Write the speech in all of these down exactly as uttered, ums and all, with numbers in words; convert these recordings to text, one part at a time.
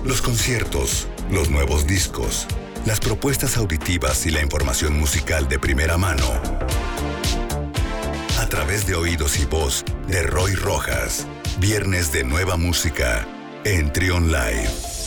Los conciertos, los nuevos discos, las propuestas auditivas y la información musical de primera mano. A través de oídos y voz de Roy Rojas. Viernes de nueva música en Trion Live.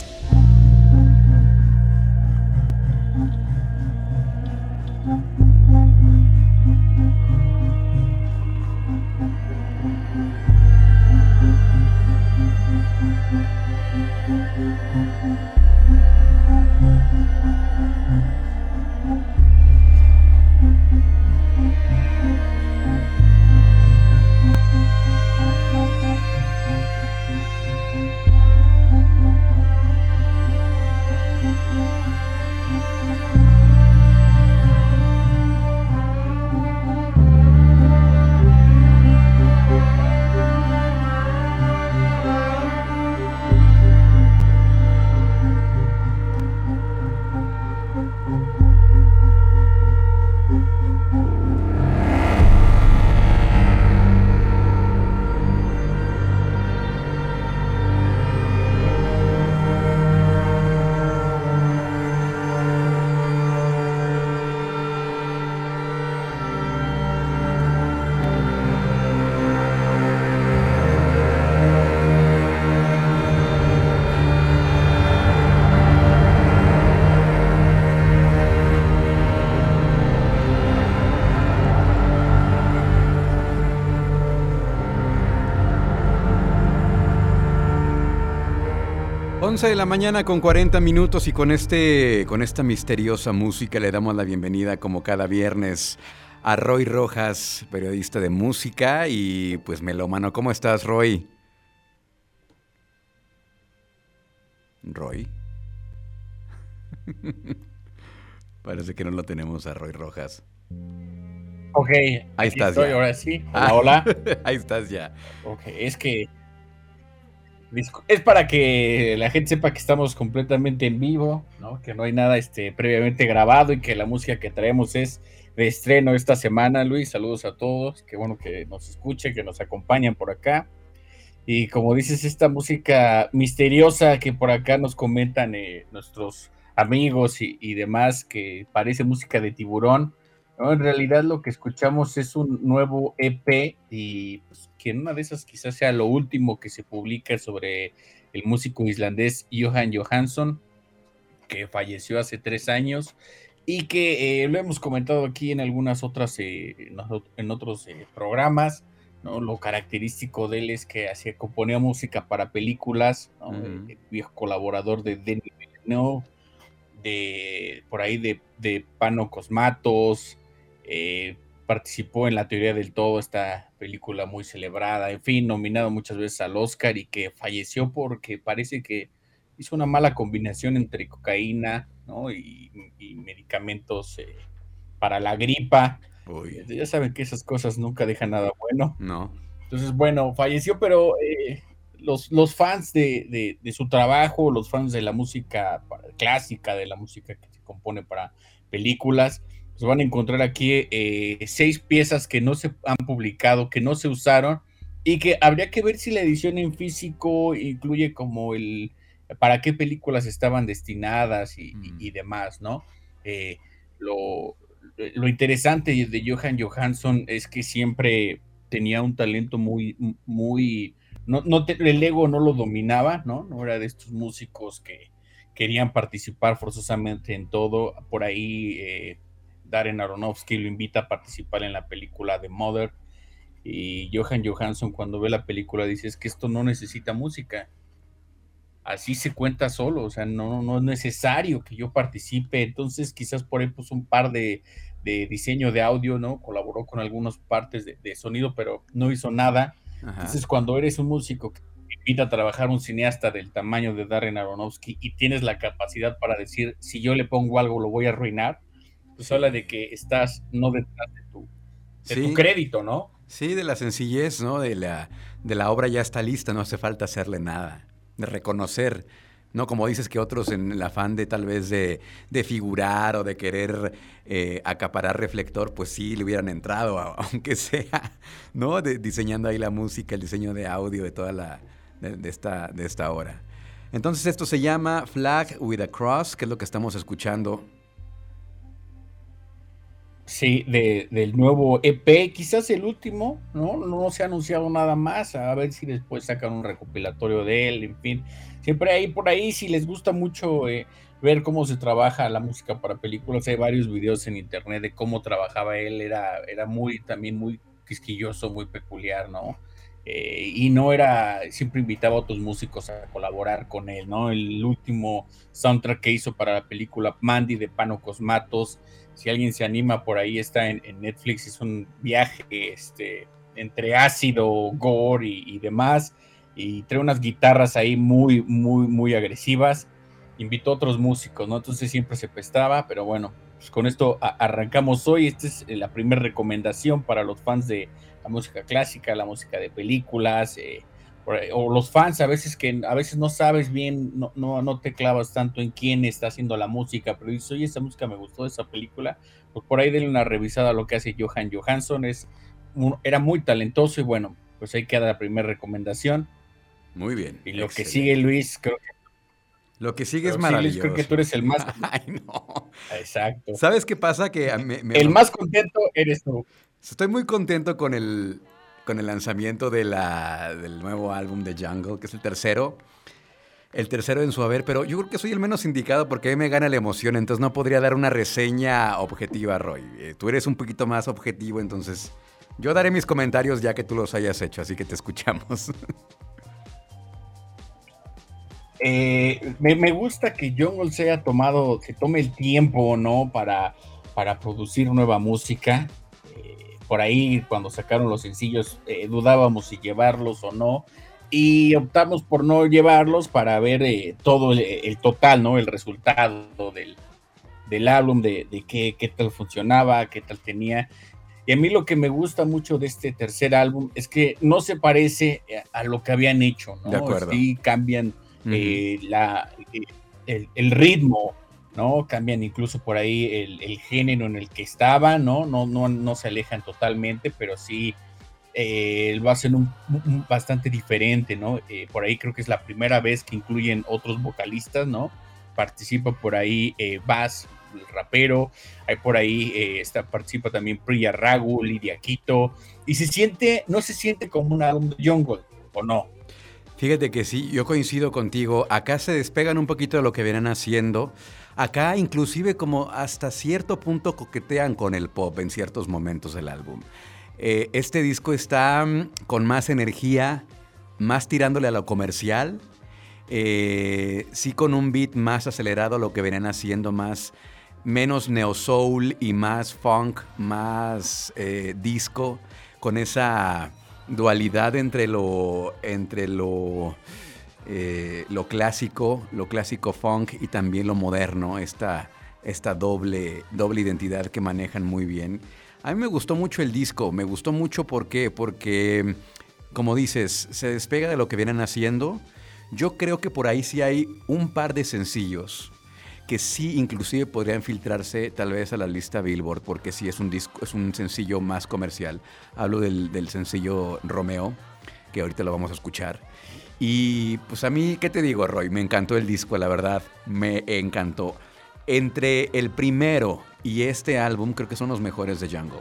once de la mañana con cuarenta minutos y con este con esta misteriosa música le damos la bienvenida como cada viernes a Roy Rojas, periodista de música y pues melómano. ¿Cómo estás, Roy? Roy. Parece que no lo tenemos a Roy Rojas. Ok, ahí estás estoy, ya. Ahora sí. Hola, hola. Ahí estás ya. Ok, es que es para que la gente sepa que estamos completamente en vivo, ¿no? Que no hay nada este, previamente grabado y que la música que traemos es de estreno esta semana, Luis. Saludos a todos, qué bueno que nos escuchen, que nos acompañan por acá. Y como dices, esta música misteriosa que por acá nos comentan eh, nuestros amigos y, y demás, que parece música de tiburón, ¿no? En realidad lo que escuchamos es un nuevo E P y pues, que en una de esas quizás sea lo último que se publica sobre el músico islandés Jóhann Jóhannsson, que falleció hace tres años y que eh, lo hemos comentado aquí en algunas otras, eh, en otros eh, programas, ¿no? Lo característico de él es que hacía, componía música para películas, ¿no? Uh-huh. el, el viejo colaborador de Denis Villeneuve, de por ahí de, de Pano Cosmatos, eh, participó en La Teoría del Todo, esta película muy celebrada, en fin, nominado muchas veces al Oscar y que falleció porque parece que hizo una mala combinación entre cocaína, ¿no? y, y medicamentos eh, para la gripa. Uy. Ya saben que esas cosas nunca dejan nada bueno. No. Entonces, bueno, falleció, pero eh, los, los fans de, de, de su trabajo, los fans de la música clásica, de la música que se compone para películas, pues van a encontrar aquí eh, seis piezas que no se han publicado, que no se usaron y que habría que ver si la edición en físico incluye como el para qué películas estaban destinadas y, mm. y, y demás, ¿no? Eh, lo, lo interesante de Jóhann Jóhannsson es que siempre tenía un talento muy, muy, no, no te, el ego no lo dominaba, ¿no? No era de estos músicos que querían participar forzosamente en todo. Por ahí eh, Darren Aronofsky lo invita a participar en la película de Mother y Jóhann Jóhannsson cuando ve la película dice es que esto no necesita música. Así se cuenta solo, o sea, no, no es necesario que yo participe, entonces quizás por ahí puso un par de, de diseño de audio, ¿no? Colaboró con algunas partes de, de sonido, pero no hizo nada. Ajá. Entonces cuando eres un músico que te invita a trabajar un cineasta del tamaño de Darren Aronofsky y tienes la capacidad para decir, si yo le pongo algo lo voy a arruinar, pues sí. Habla de que estás no detrás de tu, de sí. tu crédito, ¿no? Sí, de la sencillez, ¿no? De la, de la obra ya está lista, no hace falta hacerle nada. De reconocer, ¿no? Como dices que otros en el afán de tal vez de, de figurar o de querer eh, acaparar reflector, pues sí le hubieran entrado, aunque sea, ¿no? De, diseñando ahí la música, el diseño de audio de toda la, de, de, esta, de esta hora. Entonces esto se llama Flag with a Cross, que es lo que estamos escuchando. Sí, de, del nuevo E P, quizás el último, ¿no? No se ha anunciado nada más, a ver si después sacan un recopilatorio de él, en fin. Siempre hay por ahí, si les gusta mucho eh, ver cómo se trabaja la música para películas, hay varios videos en internet de cómo trabajaba él, era, era muy, también muy quisquilloso, muy peculiar, ¿no? Eh, y no era, siempre invitaba a otros músicos a colaborar con él, ¿no? El último soundtrack que hizo para la película Mandy de Pano Cosmatos, si alguien se anima, por ahí está en, en Netflix, es un viaje este, entre ácido, gore y, y demás, y trae unas guitarras ahí muy, muy, muy agresivas, invitó a otros músicos, ¿no? Entonces siempre se prestaba, pero bueno, pues con esto a, arrancamos hoy. Esta es la primera recomendación para los fans de la música clásica, la música de películas, eh, o los fans a veces que a veces no sabes bien, no, no, no te clavas tanto en quién está haciendo la música, pero dices, oye, esa música me gustó de esa película, pues por ahí denle una revisada a lo que hace Johan Johansson, es, era muy talentoso y bueno, pues ahí queda la primera recomendación. Muy bien. Y lo excelente. Que sigue, Luis, creo que Lo que sigue es maravilloso. Sí, Luis, creo que tú eres el más... Ay, no. Exacto. ¿Sabes qué pasa? Que me, me... El más contento eres tú. Estoy muy contento con el, con el lanzamiento de la, del nuevo álbum de Jungle, que es el tercero. El tercero en su haber, pero yo creo que soy el menos indicado porque a mí me gana la emoción, entonces no podría dar una reseña objetiva, Roy. Eh, tú eres un poquito más objetivo, entonces yo daré mis comentarios ya que tú los hayas hecho, así que te escuchamos. Eh, me, me gusta que Jungle se haya tomado, que tome el tiempo, ¿no? Para, para producir nueva música. Eh, por ahí, cuando sacaron los sencillos, eh, dudábamos si llevarlos o no. Y optamos por no llevarlos para ver eh, todo el, el total, ¿no? El resultado del, del álbum, de, de qué, qué tal funcionaba, qué tal tenía. Y a mí lo que me gusta mucho de este tercer álbum es que no se parece a lo que habían hecho, ¿no? De acuerdo. Sí, cambian eh, uh-huh. la, el, el ritmo, ¿no? Cambian incluso por ahí el, el género en el que estaban, ¿no? No, no, no se alejan totalmente, pero sí eh, lo hacen un, un, bastante diferente, ¿no? Eh, por ahí creo que es la primera vez que incluyen otros vocalistas, ¿no? Participa por ahí eh, Bass, el rapero, hay por ahí eh, está, participa también Priya Ragu, Lidia Quito, y se siente, no se siente como un álbum de Jungle, ¿o no? Fíjate que sí, yo coincido contigo, acá se despegan un poquito de lo que vienen haciendo, acá inclusive como hasta cierto punto coquetean con el pop en ciertos momentos del álbum. Eh, este disco está con más energía, más tirándole a lo comercial, eh, sí con un beat más acelerado, lo que venían haciendo más, menos neo soul y más funk, más eh, disco, con esa dualidad entre lo, entre lo, eh, lo clásico, lo clásico funk y también lo moderno, esta, esta doble, doble identidad que manejan muy bien. A mí me gustó mucho el disco, me gustó mucho ¿por qué? Porque, como dices, se despega de lo que vienen haciendo. Yo creo que por ahí sí hay un par de sencillos que sí inclusive podrían filtrarse tal vez a la lista Billboard, porque sí es un disco, es un sencillo más comercial. Hablo del, del sencillo Romeo, que ahorita lo vamos a escuchar. Y pues a mí, ¿qué te digo, Roy? Me encantó el disco, la verdad, me encantó. Entre el primero y este álbum, creo que son los mejores de Jungle.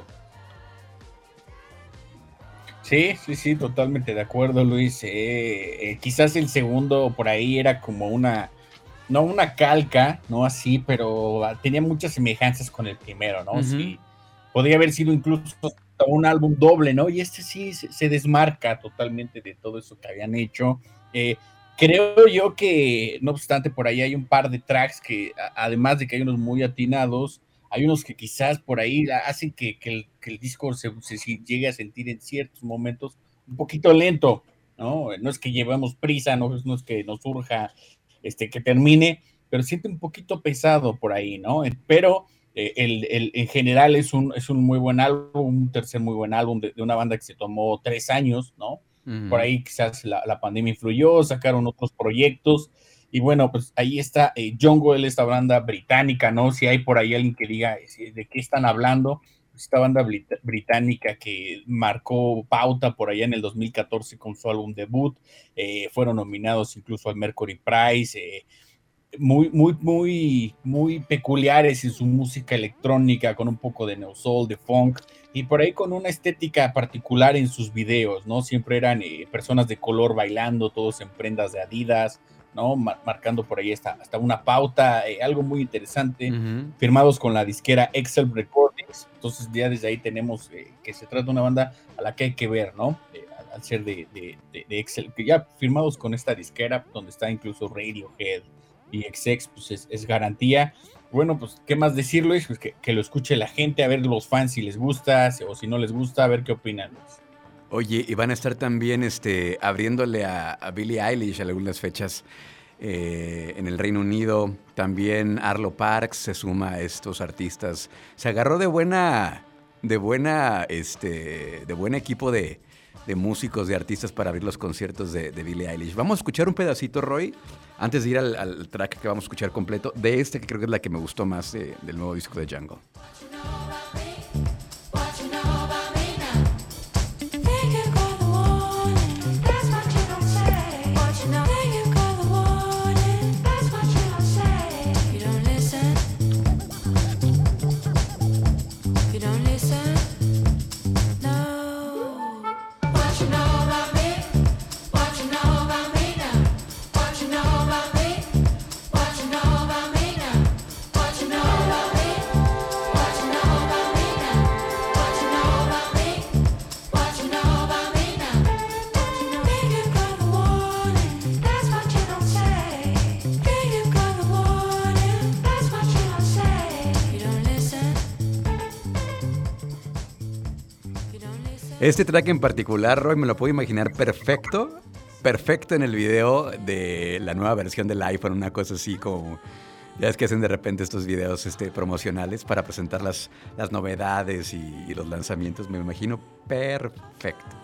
Sí, sí, sí, totalmente de acuerdo, Luis. Eh, eh, quizás el segundo por ahí era como una, no una calca, no así, pero tenía muchas semejanzas con el primero, ¿no? Uh-huh. Sí, podría haber sido incluso un álbum doble, ¿no? Y este sí se, se desmarca totalmente de todo eso que habían hecho. Eh, creo yo que, no obstante, por ahí hay un par de tracks que, además de que hay unos muy atinados, hay unos que quizás por ahí hacen que, que, el, que el disco se, se, se llegue a sentir en ciertos momentos un poquito lento, ¿no? No es que llevemos prisa, no, no es que nos surja este, que termine, pero siente un poquito pesado por ahí, ¿no? Pero eh, el, el, en general es un, es un muy buen álbum, un tercer muy buen álbum de, de una banda que se tomó tres años, ¿no? Uh-huh. Por ahí quizás la, la pandemia influyó, sacaron otros proyectos. Y bueno, pues ahí está eh, Jungle, esta banda británica, ¿no? Si hay por ahí alguien que diga de qué están hablando, esta banda brit- británica que marcó pauta por allá en el dos mil catorce con su álbum debut, eh, fueron nominados incluso al Mercury Prize, eh, muy, muy, muy, muy peculiares en su música electrónica, con un poco de neo soul, de funk, y por ahí con una estética particular en sus videos, ¿no? Siempre eran eh, personas de color bailando, todos en prendas de Adidas, ¿no? Mar- marcando por ahí hasta, hasta una pauta, eh, algo muy interesante, Uh-huh. firmados con la disquera Excel Recordings. Entonces ya desde ahí tenemos eh, que se trata de una banda a la que hay que ver, ¿no? Eh, al, al ser de, de, de, de Excel, que ya firmados con esta disquera, donde está incluso Radiohead y X X, pues es, es garantía. Bueno, pues, ¿qué más decirlo? Pues que, que lo escuche la gente, a ver los fans si les gusta, o si no les gusta, a ver qué opinan. Oye, y van a estar también este, abriéndole a, a Billie Eilish algunas fechas eh, en el Reino Unido. También Arlo Parks se suma a estos artistas. Se agarró de buena, de buena, este, de buen equipo de, de músicos, de artistas para abrir los conciertos de, de Billie Eilish. Vamos a escuchar un pedacito, Roy, antes de ir al, al track que vamos a escuchar completo, de este que creo que es la que me gustó más eh, del nuevo disco de Jungle. Este track en particular, Roy, me lo puedo imaginar perfecto, perfecto en el video de la nueva versión del iPhone, una cosa así como... Ya es que hacen de repente estos videos este, promocionales para presentar las, las novedades y, y los lanzamientos, me imagino perfecto.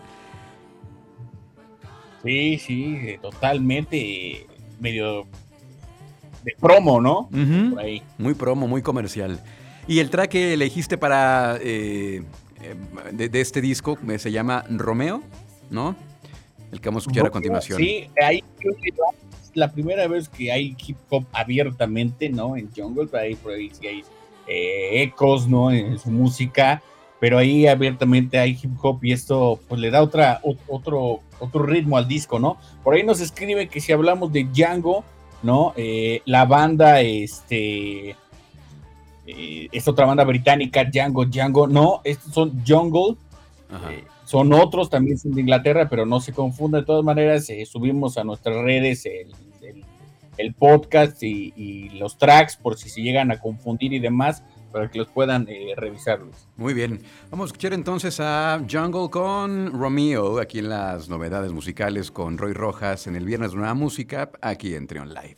Sí, sí, totalmente medio de promo, ¿no? Uh-huh. Por ahí. Muy promo, muy comercial. Y el track que elegiste para eh, de, de este disco se llama Romeo, ¿no? El que vamos a escuchar a continuación. Sí, ahí creo que es la primera vez que hay hip hop abiertamente, ¿no? En Jungle, por ahí, por ahí sí hay eh, ecos, ¿no? En su música, pero ahí abiertamente hay hip hop y esto pues le da otra, otro, otro ritmo al disco, ¿no? Por ahí nos escribe que si hablamos de Django, ¿no? Eh, la banda, este... Eh, es otra banda británica, Django, Django, no, estos son Jungle, eh, son otros, también son de Inglaterra, pero no se confundan. De todas maneras, eh, subimos a nuestras redes el, el, el podcast y, y los tracks por si se llegan a confundir y demás, para que los puedan eh, revisarlos. Muy bien, vamos a escuchar entonces a Jungle con Romeo, aquí en las novedades musicales con Roy Rojas en el Viernes de Nueva Música, aquí en Trion Live.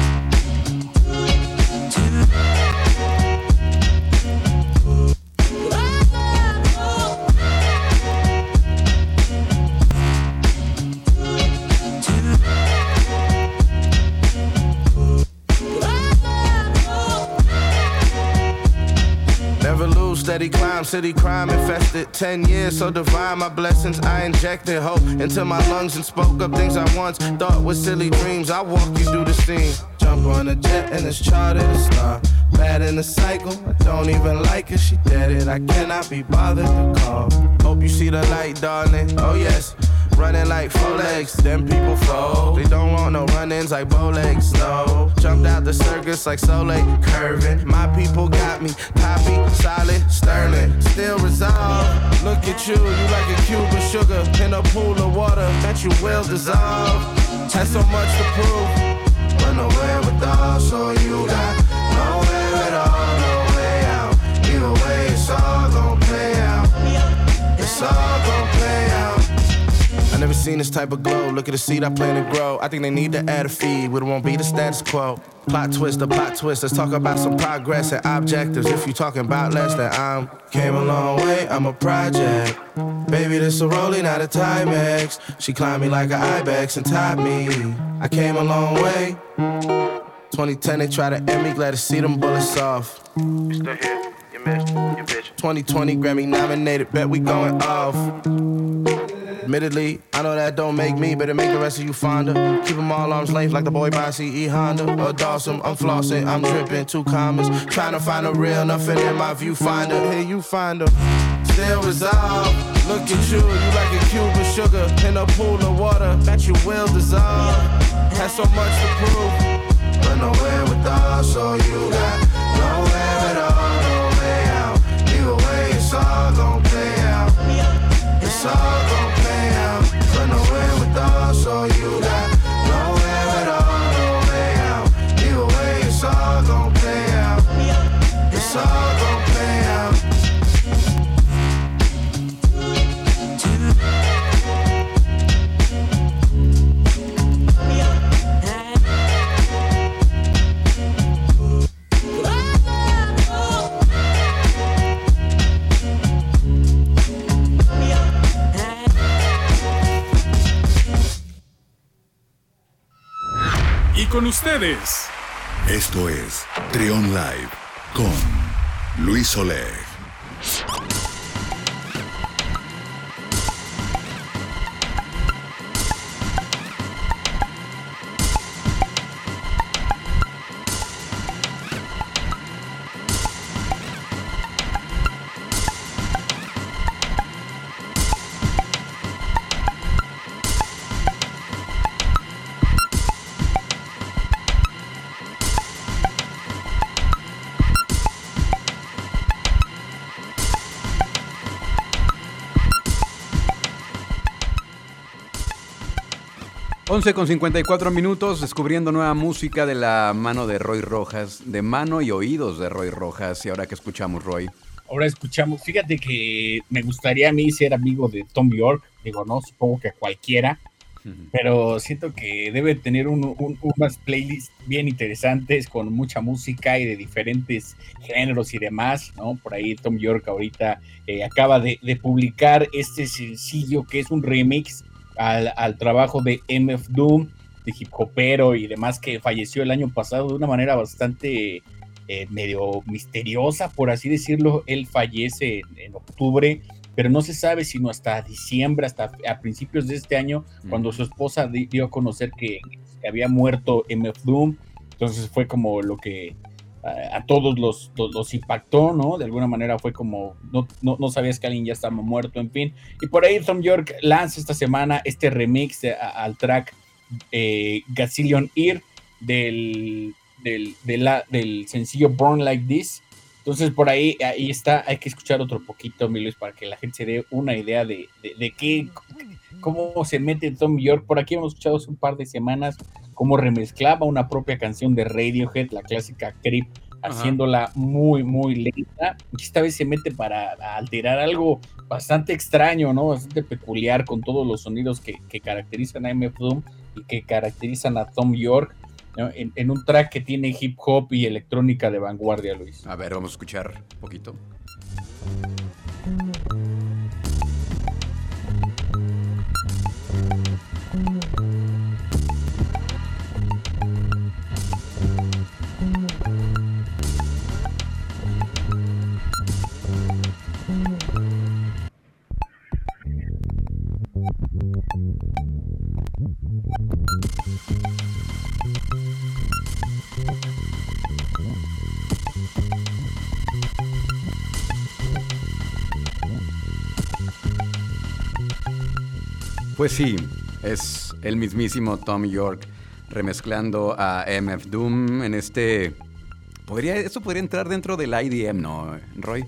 Steady climb, city crime infested. Ten years so divine, my blessings. I injected hope into my lungs and spoke up things I once thought were silly dreams. I walk you through the scene. Jump on a jet and it's chartered a star. Bad in the cycle, I don't even like her. She dead it, I cannot be bothered to call. Hope you see the light, darling. Oh yes. Running like four legs, them people fold. They don't want no run-ins like bow legs, no. Jumped out the circus like Soleil, curving. My people got me, copy, solid, sterling. Still resolve. Look at you, you like a cube of sugar in a pool of water that you will dissolve. Had so much to prove, but nowhere with all, so you got nowhere at all, no way out. Either way, it's all gon' play out. It's all gon' play out. I never seen this type of glow. Look at the seed I plan to grow. I think they need to add a feed, but it won't be the status quo. Plot twist, the plot twist. Let's talk about some progress and objectives. If you talking about less, then I'm came a long way. I'm a project. Baby, this a rolling, not a Timex. She climbed me like an ibex and tied me. I came a long way. twenty ten, they try to end me. Glad to see them bullets off. You still here? You missed. You bitch. twenty twenty Grammy nominated, bet we going off. Admittedly, I know that don't make me, but it make the rest of you fonder. Keep them all arm's length like the boy by C E Honda. Or Dawson, I'm flossing, I'm dripping, two commas. Trying to find a real, nothing in my viewfinder. Here you find her, still resolved. Look at you, you like a cube of sugar in a pool of water that you will dissolve. Had so much to prove, but nowhere with us, so you got nowhere at all, no way out. Either way, it's all gon' play out. It's all gon' play out, but nowhere with us, so you got nowhere at all, no way out. Either way, it's all gon' play out. It's all gon' play out. Y con ustedes, esto es Trión Live con Luis Oleg. once con cincuenta y cuatro minutos, descubriendo nueva música de la mano de Roy Rojas, de mano y oídos de Roy Rojas. Y ahora que escuchamos, Roy. Ahora escuchamos, fíjate que me gustaría a mí ser amigo de Tom York, digo, no, supongo que cualquiera, uh-huh. Pero siento que debe tener un, un, unas playlists bien interesantes con mucha música y de diferentes géneros y demás, ¿no? Por ahí Tom York ahorita eh, acaba de, de publicar este sencillo que es un remix Al, al trabajo de M F Doom, de hip hopero y demás, que falleció el año pasado de una manera bastante eh, medio misteriosa, por así decirlo. Él fallece en, en octubre, pero no se sabe sino hasta diciembre, hasta a principios de este año, mm. cuando su esposa di, dio a conocer que, que había muerto M F Doom. Entonces fue como lo que a, a todos los, los, los impactó, ¿no? De alguna manera fue como, no, no, no sabías que alguien ya estaba muerto, en fin. Y por ahí Tom York lanza esta semana este remix de, a, al track eh, Gazillion Ear del, del, de la, del sencillo Born Like This. Entonces por ahí, ahí está, hay que escuchar otro poquito, mi Luis, para que la gente se dé una idea de, de, de qué, cómo se mete Tom York. Por aquí hemos escuchado hace un par de semanas cómo remezclaba una propia canción de Radiohead, la clásica Creep, haciéndola Ajá. muy, muy lenta. Y esta vez se mete para alterar algo bastante extraño, ¿no? Bastante peculiar, con todos los sonidos que, que caracterizan a M F Doom y que caracterizan a Tom York, ¿no? En, en un track que tiene hip hop y electrónica de vanguardia, Luis. A ver, vamos a escuchar un poquito. Pues sí, es el mismísimo Tom York remezclando a M F Doom en este... podría Eso podría entrar dentro del I D M, ¿no, Roy?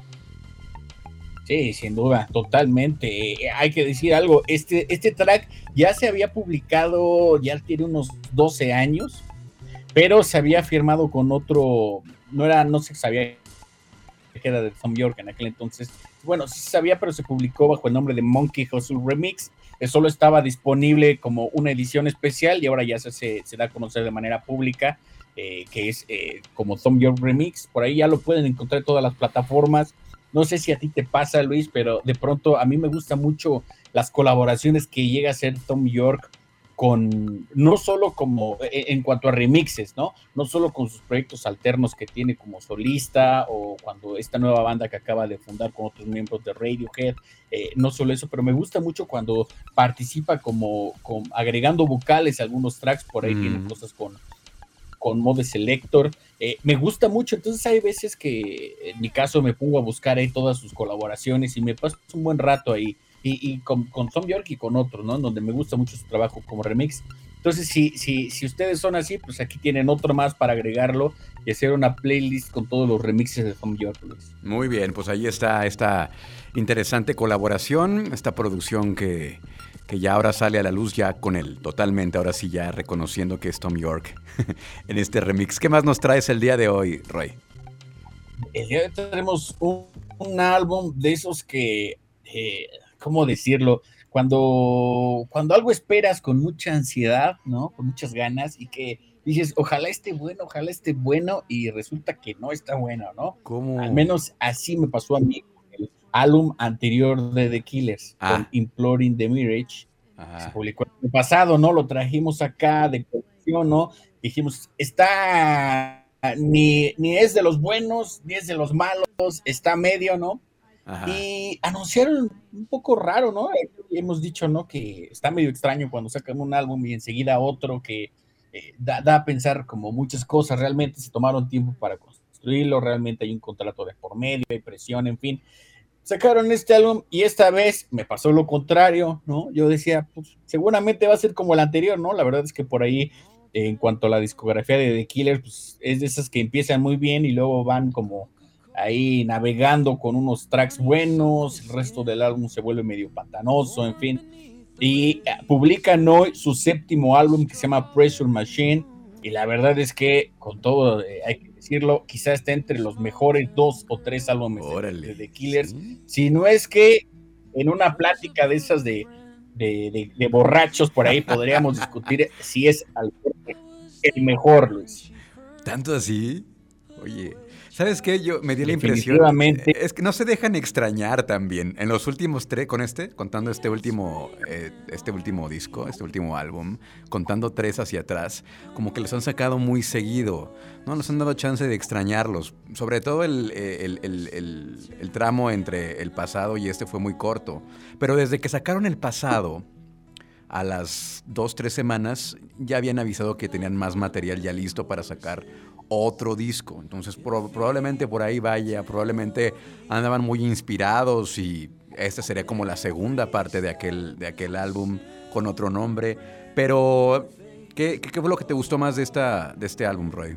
Sí, sin duda, totalmente. Eh, hay que decir algo, este, este track ya se había publicado, ya tiene unos doce años, pero se había firmado con otro, no era, no se sabía que era de Tom York en aquel entonces. Bueno, sí se sabía, pero se publicó bajo el nombre de Monkey Hustle Remix. Solo estaba disponible como una edición especial y ahora ya se, se, se da a conocer de manera pública, eh, que es eh, como Tom York Remix. Por ahí ya lo pueden encontrar en todas las plataformas. No sé si a ti te pasa, Luis, pero de pronto a mí me gustan mucho las colaboraciones que llega a hacer Tom York con, no solo como, en, en cuanto a remixes, ¿no? No solo con sus proyectos alternos que tiene como solista, o cuando esta nueva banda que acaba de fundar con otros miembros de Radiohead, eh, no solo eso, pero me gusta mucho cuando participa como, como agregando vocales a algunos tracks, por ahí mm. tiene cosas con, con Mode Selector, eh, me gusta mucho. Entonces hay veces que en mi caso me pongo a buscar ahí todas sus colaboraciones y me paso un buen rato ahí, y, y con, con Thom Yorke y con otros, ¿no? Donde me gusta mucho su trabajo como remix. Entonces, si, si, si ustedes son así, pues aquí tienen otro más para agregarlo y hacer una playlist con todos los remixes de Thom Yorke, Luis. Muy bien, pues ahí está esta interesante colaboración, esta producción que, que ya ahora sale a la luz ya con él, totalmente, ahora sí ya reconociendo que es Thom Yorke en este remix. ¿Qué más nos traes el día de hoy, Roy? El día de hoy tenemos un, un álbum de esos que, eh, ¿cómo decirlo? Cuando, cuando algo esperas con mucha ansiedad, ¿no? Con muchas ganas, y que dices, ojalá esté bueno, ojalá esté bueno, y resulta que no está bueno, ¿no? ¿Cómo? Al menos así me pasó a mí con el álbum anterior de The Killers, ah. con Imploring the Mirage. Ajá. Se publicó el año pasado, ¿no? Lo trajimos acá de colección, ¿no? Dijimos, está, ni, ni es de los buenos, ni es de los malos, está medio, ¿no? Ajá. Y anunciaron un poco raro, ¿no? Hemos dicho, ¿no? Que está medio extraño cuando sacan un álbum y enseguida otro, que eh, da, da a pensar como muchas cosas. Realmente se tomaron tiempo para construirlo, realmente hay un contrato de por medio, hay presión, en fin. Sacaron este álbum y esta vez me pasó lo contrario, ¿no? Yo decía, pues seguramente va a ser como el anterior, ¿no? La verdad es que por ahí, eh, en cuanto a la discografía de The Killers, pues es de esas que empiezan muy bien y luego van como ahí navegando con unos tracks buenos, el resto del álbum se vuelve medio pantanoso, en fin, y publican hoy su séptimo álbum que se llama Pressure Machine, y la verdad es que, con todo, eh, hay que decirlo, quizás está entre los mejores dos o tres álbumes Órale, de, de The Killers, ¿sí? Si no es que en una plática de esas de, de, de, de borrachos por ahí podríamos discutir si es el mejor, Luis. ¿Tanto así? Oye... ¿Sabes qué? Yo me dio la impresión, es que no se dejan extrañar también. En los últimos tres, con este, contando este último, eh, este último disco, este último álbum, contando tres hacia atrás, como que los han sacado muy seguido, ¿no? Nos han dado chance de extrañarlos. Sobre todo el, el, el, el, el tramo entre el pasado y este fue muy corto. Pero desde que sacaron el pasado, a las dos, tres semanas, ya habían avisado que tenían más material ya listo para sacar otro disco. Entonces pro- probablemente por ahí vaya, probablemente andaban muy inspirados y esta sería como la segunda parte de aquel, de aquel álbum con otro nombre. Pero, ¿qué, qué, qué fue lo que te gustó más de, esta, de este álbum, Roy?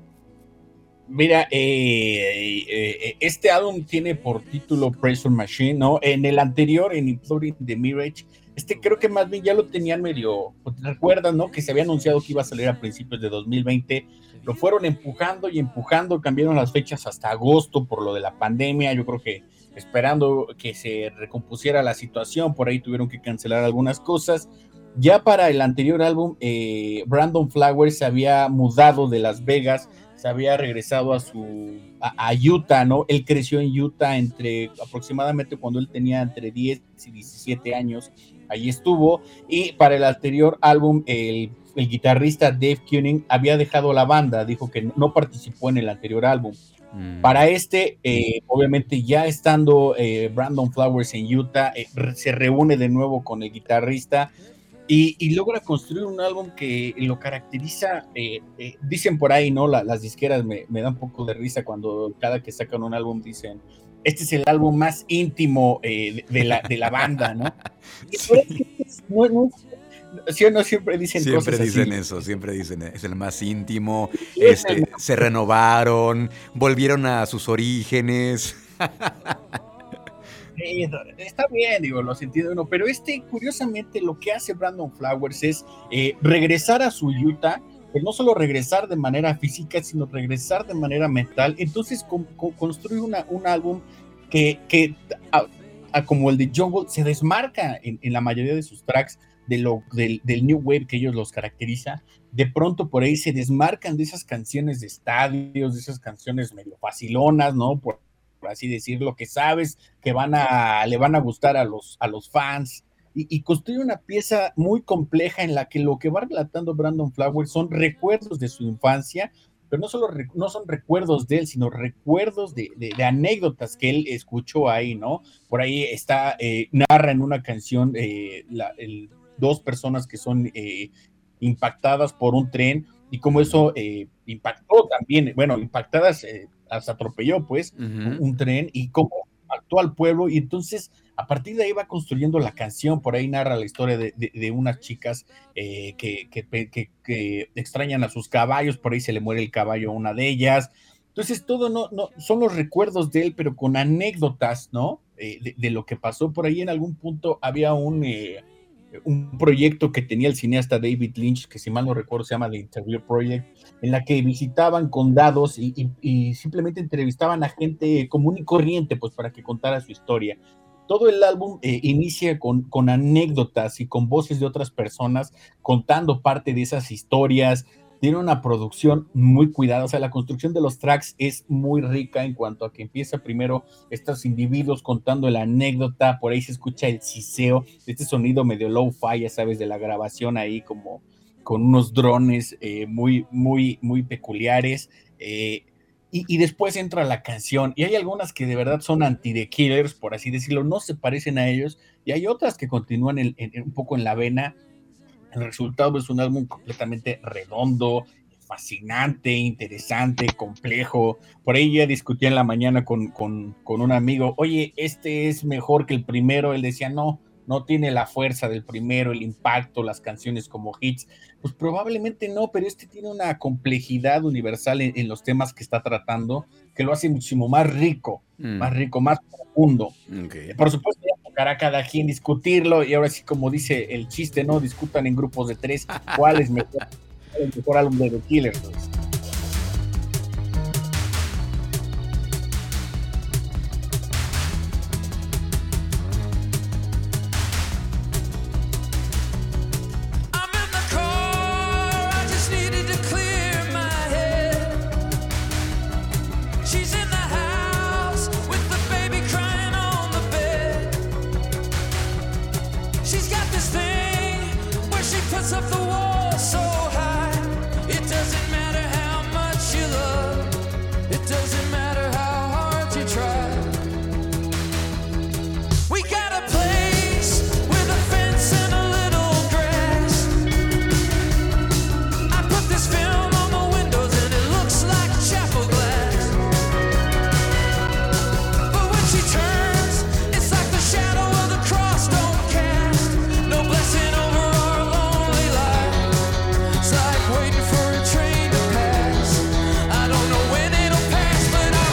Mira, eh, eh, este álbum tiene por título Pressure Machine, ¿no? En el anterior, en Imploring the Mirage, este creo que más bien ya lo tenían medio, recuerdan, ¿no? Que se había anunciado que iba a salir a principios de dos mil veinte, lo fueron empujando y empujando, cambiaron las fechas hasta agosto por lo de la pandemia, yo creo que esperando que se recompusiera la situación, por ahí tuvieron que cancelar algunas cosas. Ya para el anterior álbum, eh, Brandon Flowers se había mudado de Las Vegas, se había regresado a su a, a Utah, ¿no? Él creció en Utah entre aproximadamente cuando él tenía entre diez y diecisiete años, ahí estuvo, y para el anterior álbum el, el guitarrista Dave Kuning había dejado la banda, dijo que no participó en el anterior álbum. Mm. Para este, eh, obviamente ya estando eh, Brandon Flowers en Utah, eh, se reúne de nuevo con el guitarrista, Y, y logra construir un álbum que lo caracteriza, eh, eh, dicen por ahí, ¿no? La, las disqueras me, me dan un poco de risa cuando cada que sacan un álbum dicen, este es el álbum más íntimo eh, de, de, la, de la banda, ¿no? Sí. No, no, sí o no, siempre dicen siempre cosas dicen así. eso, siempre dicen, es el más íntimo, este, se renovaron, volvieron a sus orígenes. Está bien, digo, lo entiende uno, pero este, curiosamente, lo que hace Brandon Flowers es eh, regresar a su Utah, pero no solo regresar de manera física, sino regresar de manera mental. Entonces con, con, construye una, un álbum que, que a, a como el de Jungle, se desmarca en, en la mayoría de sus tracks de lo, del, del New Wave que ellos los caracteriza. De pronto por ahí se desmarcan de esas canciones de estadios, de esas canciones medio facilonas, ¿no? Por por así decirlo, que sabes que van a, le van a gustar a los, a los fans, y, y construye una pieza muy compleja en la que lo que va relatando Brandon Flowers son recuerdos de su infancia, pero no solo no son recuerdos de él, sino recuerdos de, de, de anécdotas que él escuchó ahí, ¿no? Por ahí está, eh, narra en una canción eh, la, el, dos personas que son eh, impactadas por un tren, y como eso eh, impactó también, bueno, impactadas, eh, las atropelló pues, uh-huh. un, un tren, y cómo impactó al pueblo, y entonces a partir de ahí va construyendo la canción. Por ahí narra la historia de, de, de unas chicas eh, que, que, que, que extrañan a sus caballos, por ahí se le muere el caballo a una de ellas. Entonces todo no, no son los recuerdos de él, pero con anécdotas, ¿no? Eh, de, de lo que pasó. Por ahí en algún punto había un, eh, un proyecto que tenía el cineasta David Lynch, que si mal no recuerdo se llama The Interview Project, en la que visitaban condados y, y, y simplemente entrevistaban a gente común y corriente, pues para que contara su historia. Todo el álbum eh, inicia con, con anécdotas y con voces de otras personas contando parte de esas historias. Tiene una producción muy cuidada, o sea, la construcción de los tracks es muy rica en cuanto a que empieza primero estos individuos contando la anécdota, por ahí se escucha el siseo, este sonido medio low-fi, ya sabes, de la grabación ahí como con unos drones eh, muy, muy, muy peculiares, eh, Y, y después entra la canción, y hay algunas que de verdad son anti-The Killers, por así decirlo, no se parecen a ellos, y hay otras que continúan en, en, un poco en la vena. El resultado es un álbum completamente redondo, fascinante, interesante, complejo. Por ahí ya discutí en la mañana con, con, con un amigo, oye, este es mejor que el primero. Él decía, no, no tiene la fuerza del primero, el impacto, las canciones como hits. Pues probablemente no, pero este tiene una complejidad universal en, en los temas que está tratando, que lo hace muchísimo más rico, mm. más rico, más profundo. Okay. Por supuesto, ya tocará a cada quien discutirlo, y ahora sí, como dice el chiste, ¿no? Discutan en grupos de tres cuál es mejor, el mejor álbum de The Killers, pues. Waiting for a train to pass. I don't know when it'll pass, but I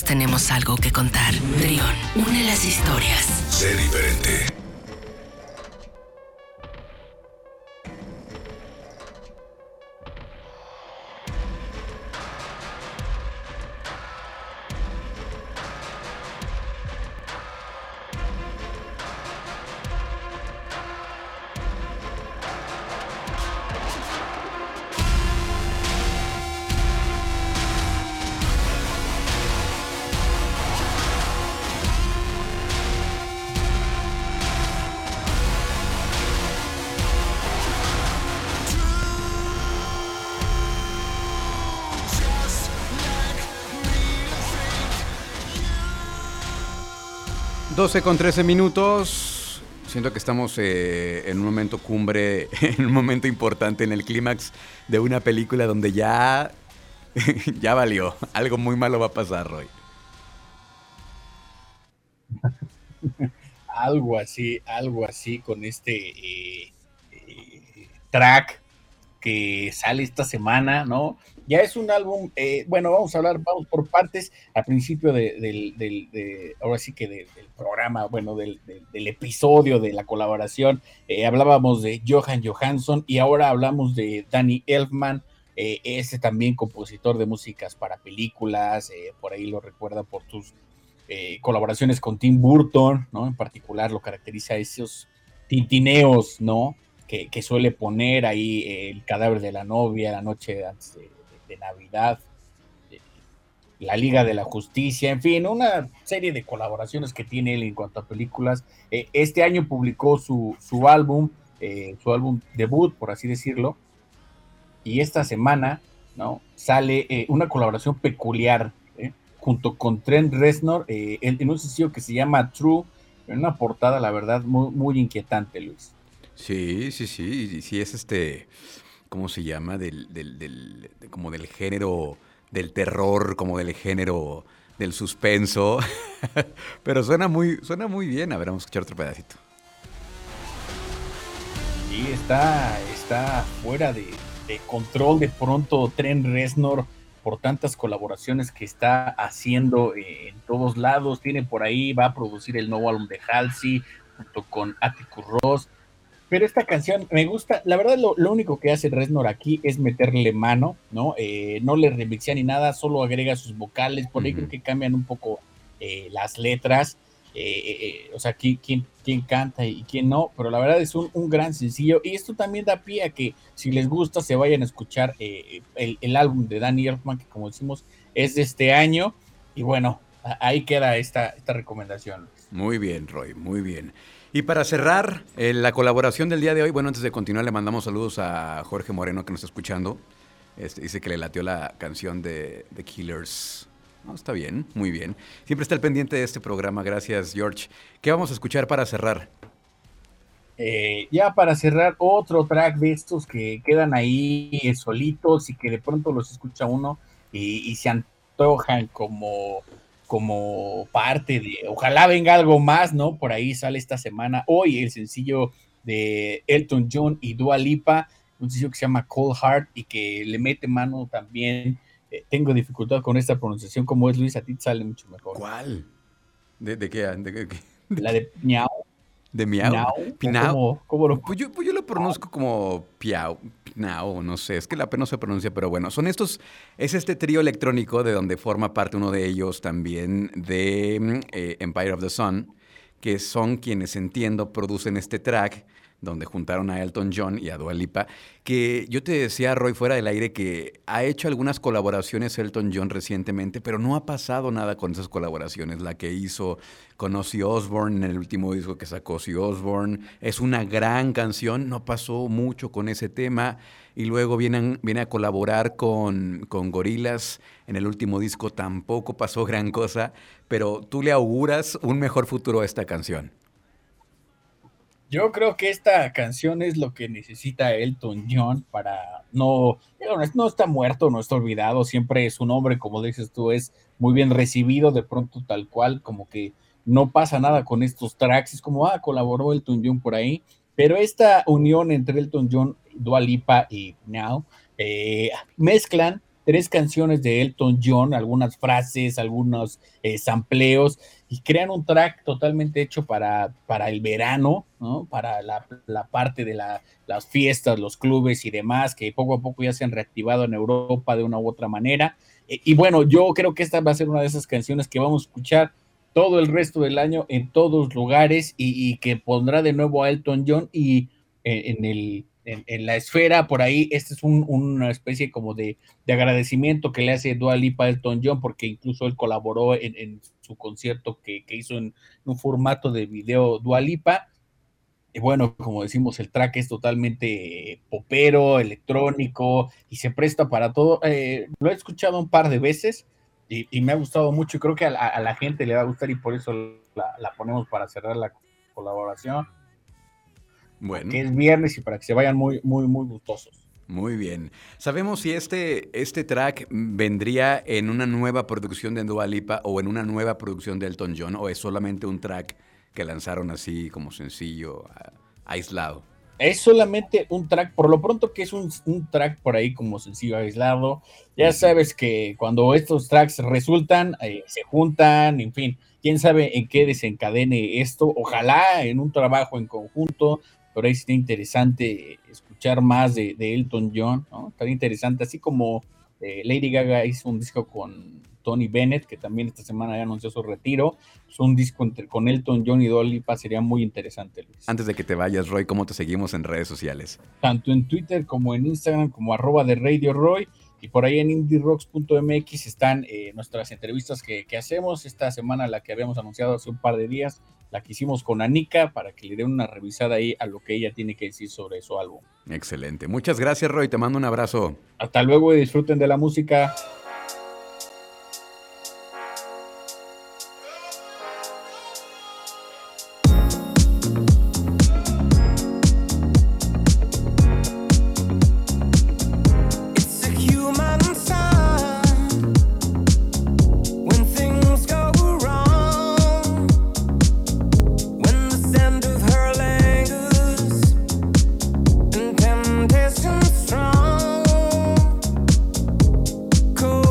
tenemos algo que contar. Trión, une las historias. Sé diferente. doce con trece minutos. Siento que estamos eh, en un momento cumbre, en un momento importante en el clímax de una película donde ya, ya valió. Algo muy malo va a pasar, Roy. Algo así, algo así con este eh, eh, track que sale esta semana, ¿no? Ya es un álbum, eh, bueno, vamos a hablar, vamos por partes, al principio de, del, del, de, ahora sí que de, del programa, bueno, del, del, del episodio de la colaboración, eh, hablábamos de Jóhann Johansson y ahora hablamos de Danny Elfman, eh, ese también compositor de músicas para películas, eh, por ahí lo recuerda por tus eh, colaboraciones con Tim Burton, ¿no? En particular lo caracteriza esos tintineos, ¿no? Que, que suele poner ahí eh, El cadáver de la novia, La noche antes de, de, de Navidad, eh, La Liga de la Justicia, en fin, una serie de colaboraciones que tiene él en cuanto a películas. Eh, este año publicó su, su álbum, eh, su álbum debut, por así decirlo, y esta semana, ¿no? Sale eh, una colaboración peculiar, ¿eh? Junto con Trent Reznor, eh, en, en un sencillo que se llama True, en una portada, la verdad, muy, muy inquietante, Luis. Sí, sí, sí, sí es este, ¿cómo se llama? Del, del, del, de, como del género del terror, como del género del suspenso, pero suena muy, suena muy bien. A ver, vamos a escuchar otro pedacito. Sí, está, está fuera de, de control de pronto Trent Reznor por tantas colaboraciones que está haciendo eh, en todos lados. Tiene por ahí, va a producir el nuevo álbum de Halsey junto con Atticus Ross. Pero esta canción me gusta, la verdad lo, lo único que hace Reznor aquí es meterle mano, ¿no? Eh, no le remixea ni nada, solo agrega sus vocales, por ahí uh-huh. Creo que cambian un poco eh, las letras, eh, eh, o sea, quién, quién, quién canta y quién no, pero la verdad es un, un gran sencillo, y esto también da pie a que si les gusta se vayan a escuchar eh, el, el álbum de Danny Elfman, que como decimos es de este año, y bueno, ahí queda esta, esta recomendación. Muy bien, Roy, muy bien. Y para cerrar eh, la colaboración del día de hoy, bueno, antes de continuar le mandamos saludos a Jorge Moreno que nos está escuchando. Este, dice que le latió la canción de The Killers. No, está bien, muy bien. Siempre está al pendiente de este programa, gracias George. ¿Qué vamos a escuchar para cerrar? Eh, ya para cerrar, otro track de estos que quedan ahí solitos y que de pronto los escucha uno y, y se antojan como... como parte de, ojalá venga algo más, ¿no? Por ahí sale esta semana, hoy el sencillo de Elton John y Dua Lipa, un sencillo que se llama Cold Heart y que le mete mano también, eh, tengo dificultad con esta pronunciación, como es Luis, a ti te sale mucho mejor. ¿Cuál? ¿De, de qué? ¿De, de, de, La de Miau. ¿De Miau? Miau. Pinau. ¿Cómo, cómo lo... Pues yo, pues yo lo pronuncio como Piau, Pinau, no sé, es que la P no se pronuncia, pero bueno, son estos, es este trío electrónico de donde forma parte uno de ellos también de eh, Empire of the Sun, que son quienes, entiendo, producen este track, donde juntaron a Elton John y a Dua Lipa, que yo te decía, Roy, fuera del aire, que ha hecho algunas colaboraciones Elton John recientemente, pero no ha pasado nada con esas colaboraciones. La que hizo con Ozzy Osbourne en el último disco que sacó Ozzy Osbourne, es una gran canción, no pasó mucho con ese tema, y luego vienen, viene a colaborar con, con Gorillaz en el último disco, tampoco pasó gran cosa, pero tú le auguras un mejor futuro a esta canción. Yo creo que esta canción es lo que necesita Elton John para no, no está muerto, no está olvidado, siempre su nombre, como dices tú, es muy bien recibido, de pronto tal cual, como que no pasa nada con estos tracks, es como, ah, colaboró Elton John por ahí, pero esta unión entre Elton John, Dua Lipa y Now, eh, mezclan tres canciones de Elton John, algunas frases, algunos eh, sampleos, y crean un track totalmente hecho para, para el verano, ¿no? Para la, la parte de la, las fiestas, los clubes y demás, que poco a poco ya se han reactivado en Europa de una u otra manera. Y, y bueno, yo creo que esta va a ser una de esas canciones que vamos a escuchar todo el resto del año en todos lugares, y, y que pondrá de nuevo a Elton John y eh, en el... En, en la esfera, por ahí, este es un, una especie como de, de agradecimiento que le hace Dua Lipa a Elton John, porque incluso él colaboró en, en su concierto que, que hizo en, en un formato de video Dua Lipa. Y bueno, como decimos, el track es totalmente popero, electrónico, y se presta para todo. Eh, lo he escuchado un par de veces y, y me ha gustado mucho, y creo que a la, a la gente le va a gustar, y por eso la, la ponemos para cerrar la colaboración. Bueno. Que es viernes, y para que se vayan muy, muy, muy gustosos. Muy bien. ¿Sabemos si este, este track vendría en una nueva producción de Dua Lipa o en una nueva producción de Elton John, o es solamente un track que lanzaron así como sencillo, aislado? Es solamente un track, por lo pronto que es un, un track por ahí como sencillo aislado. Ya sabes que cuando estos tracks resultan, eh, se juntan, en fin, quién sabe en qué desencadene esto. Ojalá en un trabajo en conjunto. Por ahí sería interesante escuchar más de, de Elton John, ¿no? Estaría interesante, así como eh, Lady Gaga hizo un disco con Tony Bennett, que también esta semana ya anunció su retiro. Pues un disco entre, con Elton John y Dua Lipa sería muy interesante, Luis. Antes de que te vayas, Roy, ¿cómo te seguimos en redes sociales? Tanto en Twitter como en Instagram, como arroba de Radio Roy, y por ahí en indie rocks punto m x están eh, nuestras entrevistas que, que hacemos. Esta semana, la que habíamos anunciado hace un par de días, la que hicimos con Anika, para que le den una revisada ahí a lo que ella tiene que decir sobre su álbum. Excelente. Muchas gracias, Roy. Te mando un abrazo. Hasta luego y disfruten de la música. Cool.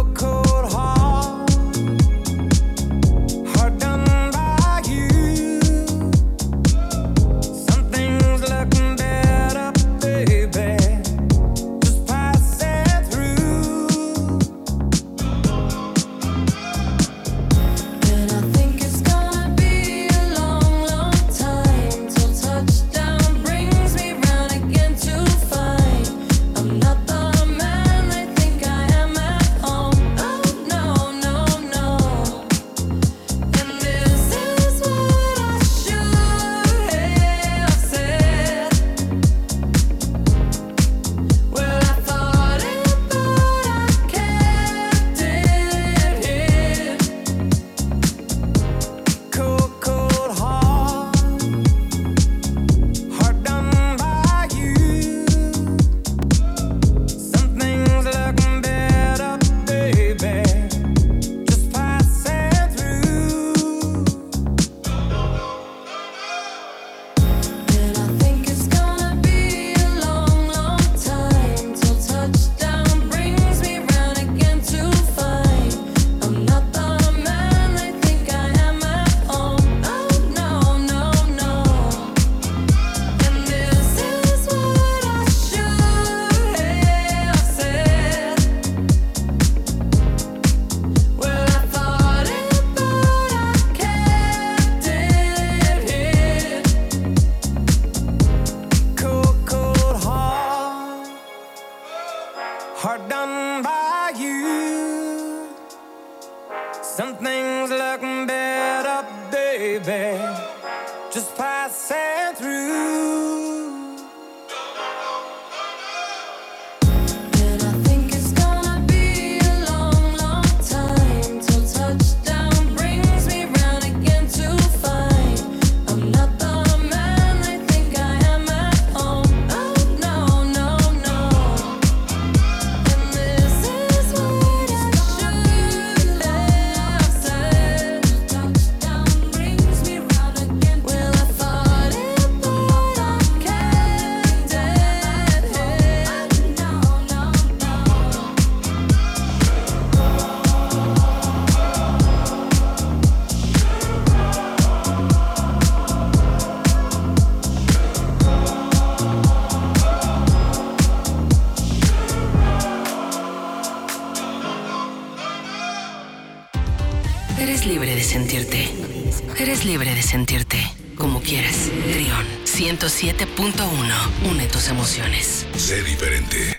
libre de sentirte. Eres libre de sentirte como quieras. Trión ciento siete punto uno. Une tus emociones. Sé diferente.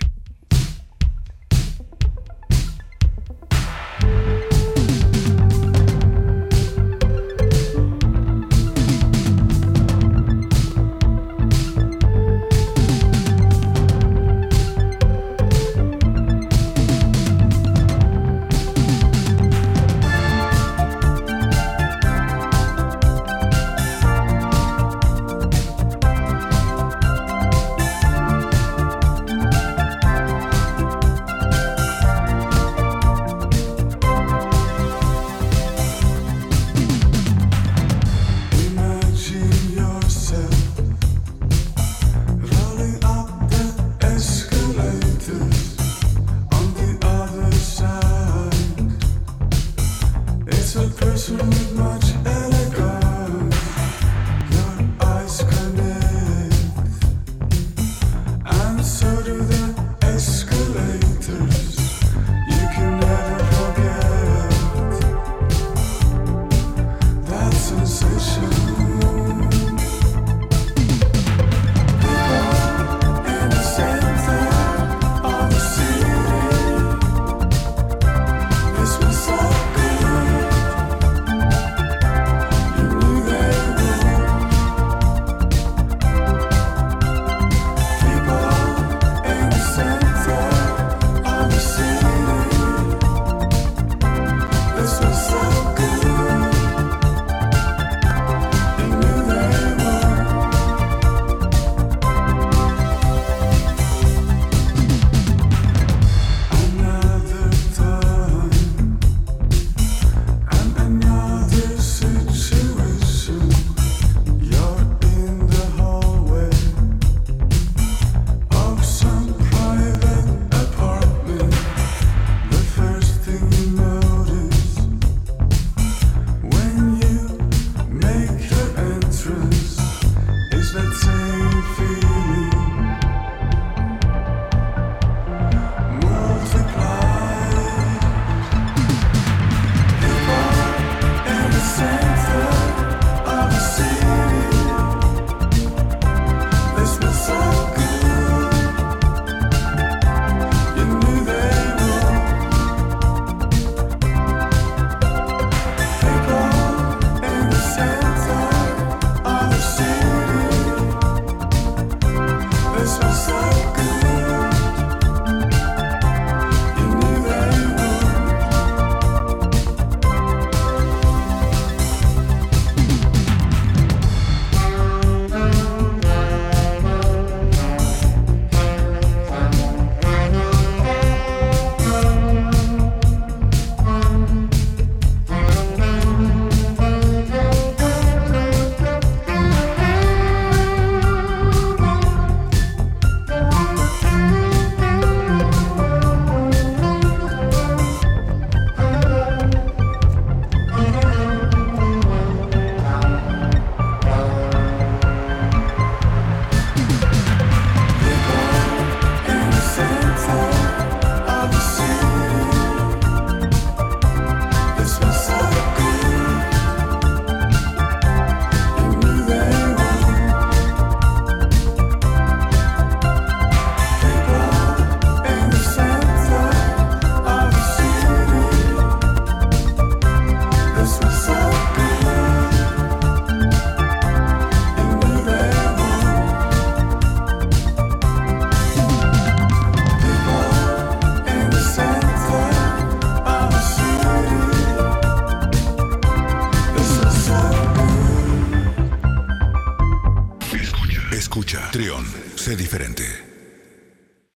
Escucha. Trión, sé diferente.